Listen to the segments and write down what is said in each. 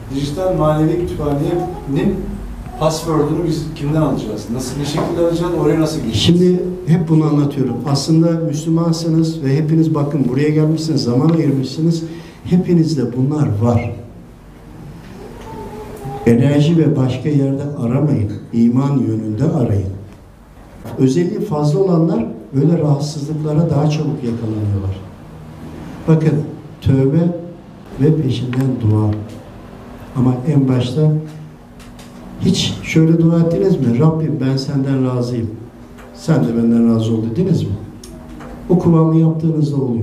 dijital manevi kütüphanenin password'unu biz kimden alacağız? Nasıl, ne şekilde alacağız? Oraya nasıl gireceğiz? Şimdi hep bunu anlatıyorum. Aslında Müslümansınız ve hepiniz bakın buraya gelmişsiniz, zaman ayırmışsınız. Hepinizde bunlar var. Enerji ve başka yerde aramayın. İman yönünde arayın. Özelliği fazla olanlar böyle rahatsızlıklara daha çabuk yakalanıyorlar. Bakın, tövbe ve peşinden dua. Ama en başta hiç şöyle dua ettiniz mi? Rabbim ben senden razıyım. Sen de benden razı ol dediniz mi? O kıvamı yaptığınızda oluyor.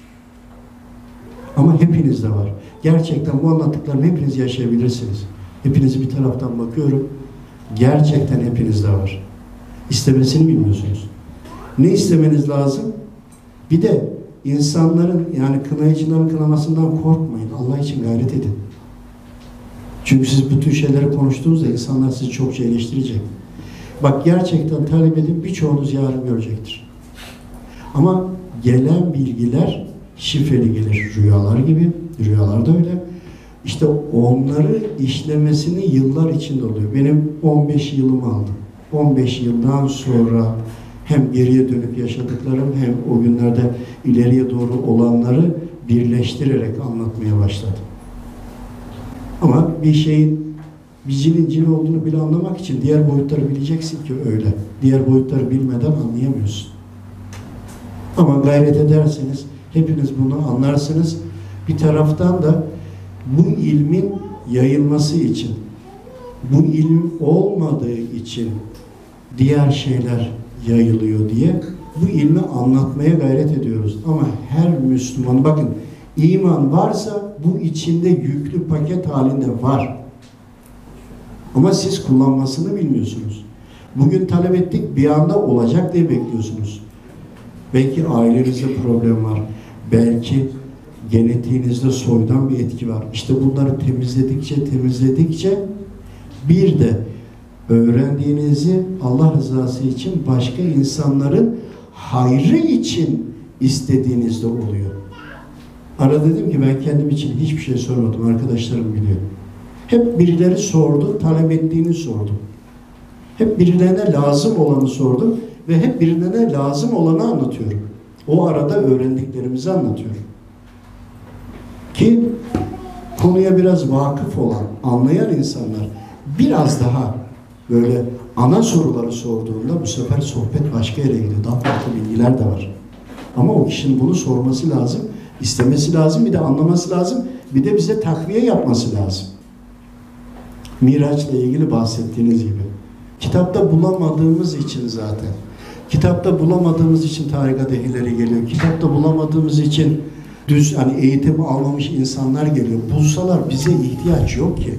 Ama hepinizde var. Gerçekten bu anlattıklarımı hepiniz yaşayabilirsiniz. Hepinizi bir taraftan bakıyorum. Gerçekten hepinizde var. İstemesini bilmiyorsunuz. Ne istemeniz lazım? Bir de insanların, yani kınayıcıların kınamasından korkmayın. Allah için gayret edin. Çünkü siz bütün şeyleri konuştuğunuzda insanlar sizi çokça eleştirecek. Bak gerçekten talep edip birçoğunuz yarın görecektir. Ama gelen bilgiler şifreli gelir. Rüyalar gibi. Rüyalar da öyle. İşte onları işlemesini yıllar içinde oluyor. Benim 15 yılımı aldı. 15 yıldan sonra hem geriye dönüp yaşadıklarım hem o günlerde ileriye doğru olanları birleştirerek anlatmaya başladım. Ama bir şeyin bir cin olduğunu bile anlamak için diğer boyutları bileceksin ki öyle. Diğer boyutları bilmeden anlayamıyorsun. Ama gayret ederseniz hepiniz bunu anlarsınız. Bir taraftan da bu ilmin yayılması için, bu ilim olmadığı için diğer şeyler yayılıyor diye bu ilmi anlatmaya gayret ediyoruz. Ama her Müslüman, bakın iman varsa bu içinde yüklü paket halinde var. Ama siz kullanmasını bilmiyorsunuz. Bugün talep ettik, bir anda olacak diye bekliyorsunuz. Belki ailenizde problem var. Belki genetiğinizde soydan bir etki var. İşte bunları temizledikçe bir de öğrendiğinizi Allah rızası için başka insanların hayrı için istediğinizde oluyor. Ara dedim ki ben kendim için hiçbir şey sormadım. Arkadaşlarım biliyor. Hep birileri sordu, talep ettiğini sordum. Hep birilerine lazım olanı sordum ve hep birilerine lazım olanı anlatıyorum. O arada öğrendiklerimizi anlatıyorum. Ki konuya biraz vakıf olan, anlayan insanlar biraz daha böyle ana soruları sorduğunda bu sefer sohbet başka yere gidiyor. Daha farklı bilgiler de var. Ama o kişinin bunu sorması lazım, istemesi lazım, bir de anlaması lazım, bir de bize takviye yapması lazım. Miraç'la ilgili bahsettiğiniz gibi. Kitapta bulamadığımız için zaten. Kitapta bulamadığımız için tarikat ehilleri geliyor. Kitapta bulamadığımız için düz hani eğitim almamış insanlar geliyor. Bulsalar bize ihtiyaç yok ki.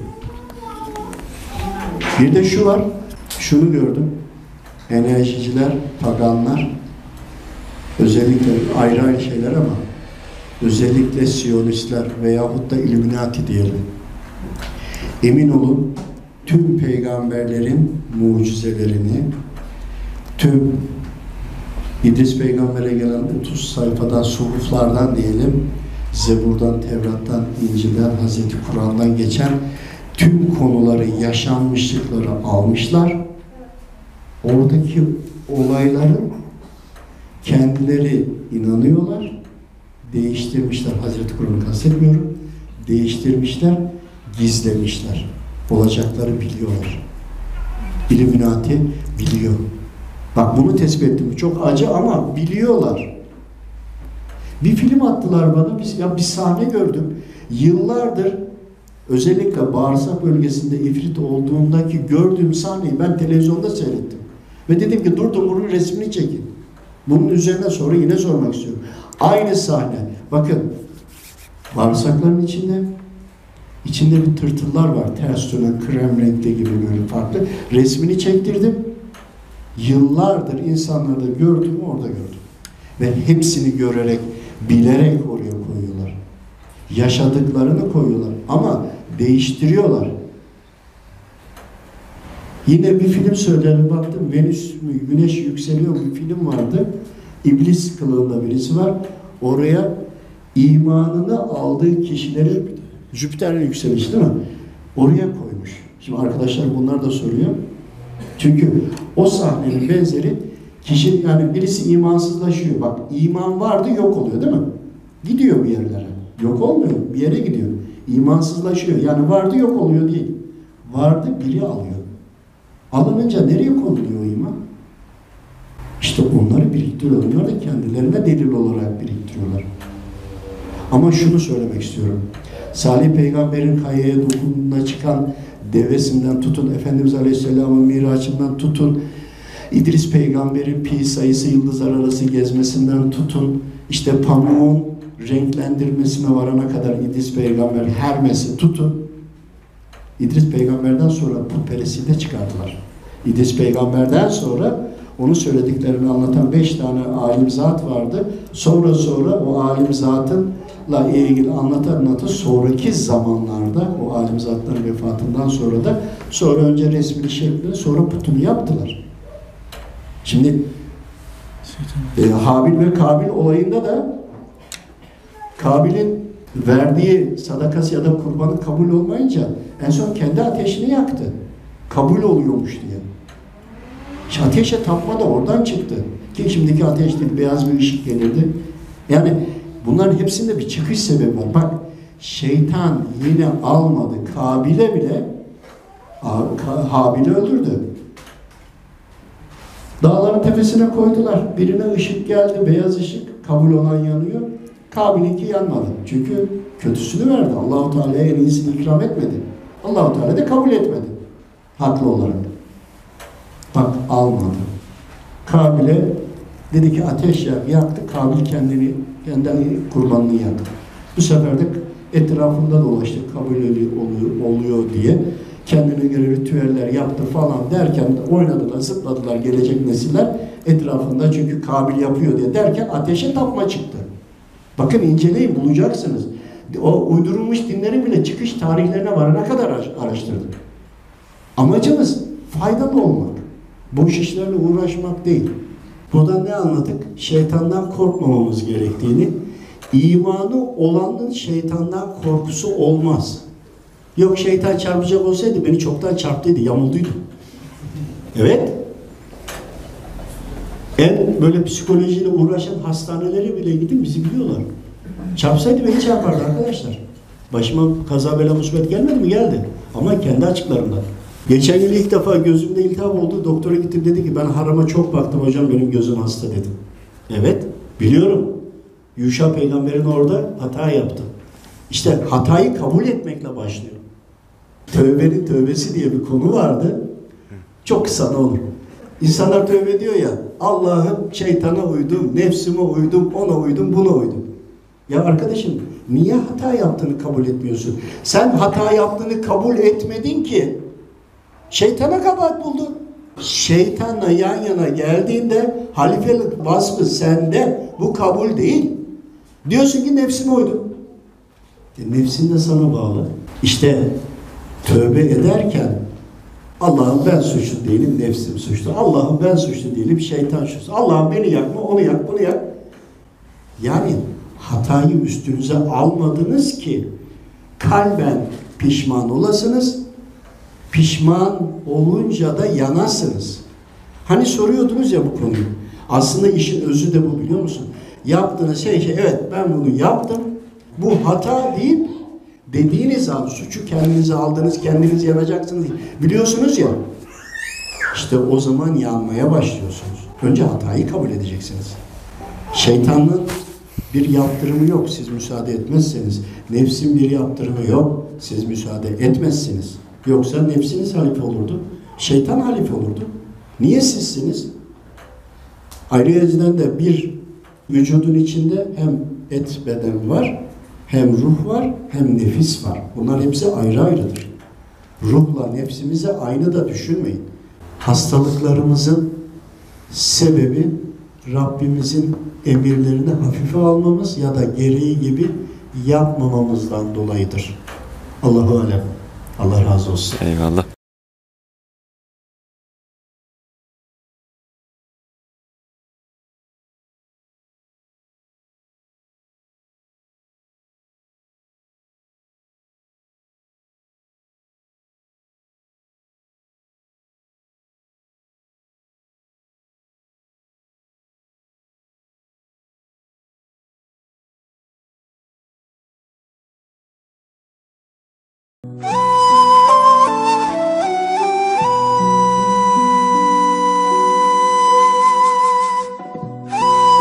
Bir de şu var. Şunu gördüm. Enerjiciler, paganlar özellikle ayrı ayrı şeyler ama özellikle Siyonistler veyahut da Illuminati diyelim. Emin olun tüm peygamberlerin mucizelerini, tüm İdris Peygamber'e gelen 30 sayfadan, suhuflardan diyelim, Zebur'dan, Tevrat'tan, İncil'den, Hazreti Kur'an'dan geçen tüm konuları, yaşanmışlıkları almışlar. Oradaki olayların kendileri inanıyorlar, değiştirmişler. Hazreti Kur'an'ı kastetmiyorum. Değiştirmişler, gizlemişler. Olacakları biliyorlar. Illuminati biliyor. Bak bunu tespit ettim. Çok acı ama biliyorlar. Bir film attılar bana. Bir sahne gördüm. Yıllardır özellikle bağırsak bölgesinde ifrit olduğundaki gördüğüm sahneyi ben televizyonda seyrettim. Ve dedim ki durdum bunun resmini çekin. Bunun üzerine sonra yine sormak istiyorum. Aynı sahne. Bakın bağırsakların içinde bir tırtıllar var. Ters dönen krem renkte gibi böyle farklı. Resmini çektirdim. Yıllardır insanlarda gördüm, orada gördüm. Ve hepsini görerek, bilerek oraya koyuyorlar. Yaşadıklarını koyuyorlar. Ama değiştiriyorlar. Yine bir film söylerim baktım. Venüs mü, Güneş yükseliyor bir film vardı. İblis kılığında birisi var. Oraya imanını aldığı kişileri Jüpiter'in yükselişi değil mi? Oraya koymuş. Şimdi arkadaşlar bunlar da soruyor. Çünkü o sahnenin benzeri kişi, yani birisi imansızlaşıyor. Bak, iman vardı, yok oluyor değil mi? Gidiyor bir yerlere. Yok olmuyor. Bir yere gidiyor. İmansızlaşıyor. Yani vardı, yok oluyor değil. Vardı, biri alıyor. Alınınca nereye konuluyor o iman? İşte onları biriktiriyorlar. Onlar da kendilerine delil olarak biriktiriyorlar. Ama şunu söylemek istiyorum. Salih Peygamber'in kayaya dokunduğuna çıkan devesinden tutun, Efendimiz Aleyhisselam'ın miracından tutun, İdris Peygamber'in pi sayısı yıldızlar arası gezmesinden tutun, işte pamuğun renklendirmesine varana kadar İdris Peygamber Hermes'i tutun. İdris Peygamber'den sonra putperestliği de çıkardılar. İdris Peygamber'den sonra onun söylediklerini anlatan 5 tane alim zat vardı. Sonra o alim zatınla ilgili anlata sonraki zamanlarda o alim zatların vefatından sonra önce resmini şeklini sonra putunu yaptılar. Şimdi Habil ve Kabil olayında da Kabil'in verdiği sadakası ya da kurbanı kabul olmayınca en son kendi ateşini yaktı. Kabul oluyormuş diye. Ateşe tapma da oradan çıktı. Ki şimdiki ateş değil, beyaz bir ışık gelirdi. Yani bunların hepsinde bir çıkış sebebi var. Bak, şeytan yine almadı. Kabil'e bile Habil'i öldürdü. Dağların tepesine koydular. Birine ışık geldi, beyaz ışık. Kabul olan yanıyor. Kabil'inki yanmadı. Çünkü kötüsünü verdi. Allah-u Teala'ya en iyisini ikram etmedi. Allah-u Teala da kabul etmedi. Haklı olarak. Bak, almadı. Kabil'e dedi ki ateş yaktı. Kabil kendi kurbanını yaktı. Bu sefer de etrafında dolaştı. Kabul oluyor diye. Kendine göre ritüeller yaptı falan derken oynadılar, zıpladılar gelecek nesiller etrafında, çünkü Kabil yapıyor diye derken ateşe tapma çıktı. Bakın, inceleyin, bulacaksınız. O uydurulmuş dinlerin bile çıkış tarihlerine varana kadar araştırdık. Amacımız faydalı olmak. Boş işlerle uğraşmak değil. Buradan ne anladık? Şeytandan korkmamamız gerektiğini, imanı olanın şeytandan korkusu olmaz. Yok, şeytan çarpacak olsaydı beni çoktan çarptıydı, yamulduydu. Evet. En böyle psikolojiyle uğraşan hastaneleri bile gidin, bizi biliyorlar. Çarpsaydı beni çarpardı arkadaşlar. Başıma kaza bela musibet gelmedi mi? Geldi. Ama kendi açıklarımda. Geçen yıl ilk defa gözümde iltihap oldu. Doktora gittim, dedi ki ben harama çok baktım hocam, benim gözüm hasta dedim. Evet, biliyorum. Yuşa peygamberin orada hata yaptı. İşte hatayı kabul etmekle başlıyor. Tövbenin tövbesi diye bir konu vardı. Çok kısa, ne olur. İnsanlar tövbe diyor ya, Allah'ım şeytana uydum, nefsime uydum, ona uydum, buna uydum. Ya arkadaşım, niye hata yaptığını kabul etmiyorsun? Sen hata yaptığını kabul etmedin ki şeytana kabahat buldun. Şeytanla yan yana geldiğinde halifelik vasfı sende, bu kabul değil. Diyorsun ki nefsime uydum. Nefsin de sana bağlı. İşte tövbe ederken Allah'ım ben suçlu değilim, nefsim suçlu. Allah'ım ben suçlu değilim, şeytan suçlu. Allah'ım beni yakma, onu yak, bunu yak. Yani hatayı üstünüze almadınız ki kalben pişman olasınız. Pişman olunca da yanasınız. Hani soruyordunuz ya bu konuyu. Aslında işin özü de bu, biliyor musun? Yaptığınız şey evet, ben bunu yaptım. Bu hata değil dediğiniz an suçu kendinize aldınız, kendiniz yanacaksınız. Biliyorsunuz ya. İşte o zaman yanmaya başlıyorsunuz. Önce hatayı kabul edeceksiniz. Şeytanın bir yaptırımı yok, siz müsaade etmezseniz. Nefsin bir yaptırımı yok, siz müsaade etmezsiniz. Yoksa nefsiniz halife olurdu. Şeytan halife olurdu. Niye sizsiniz? Ayrıca de bir vücudun içinde hem et beden var, hem ruh var, hem nefis var. Bunlar hepsi ayrı ayrıdır. Ruhla nefsimizi aynı da düşünmeyin. Hastalıklarımızın sebebi Rabbimizin emirlerini hafife almamız ya da gereği gibi yapmamamızdan dolayıdır. Allahu alem. Allah razı olsun. Eyvallah.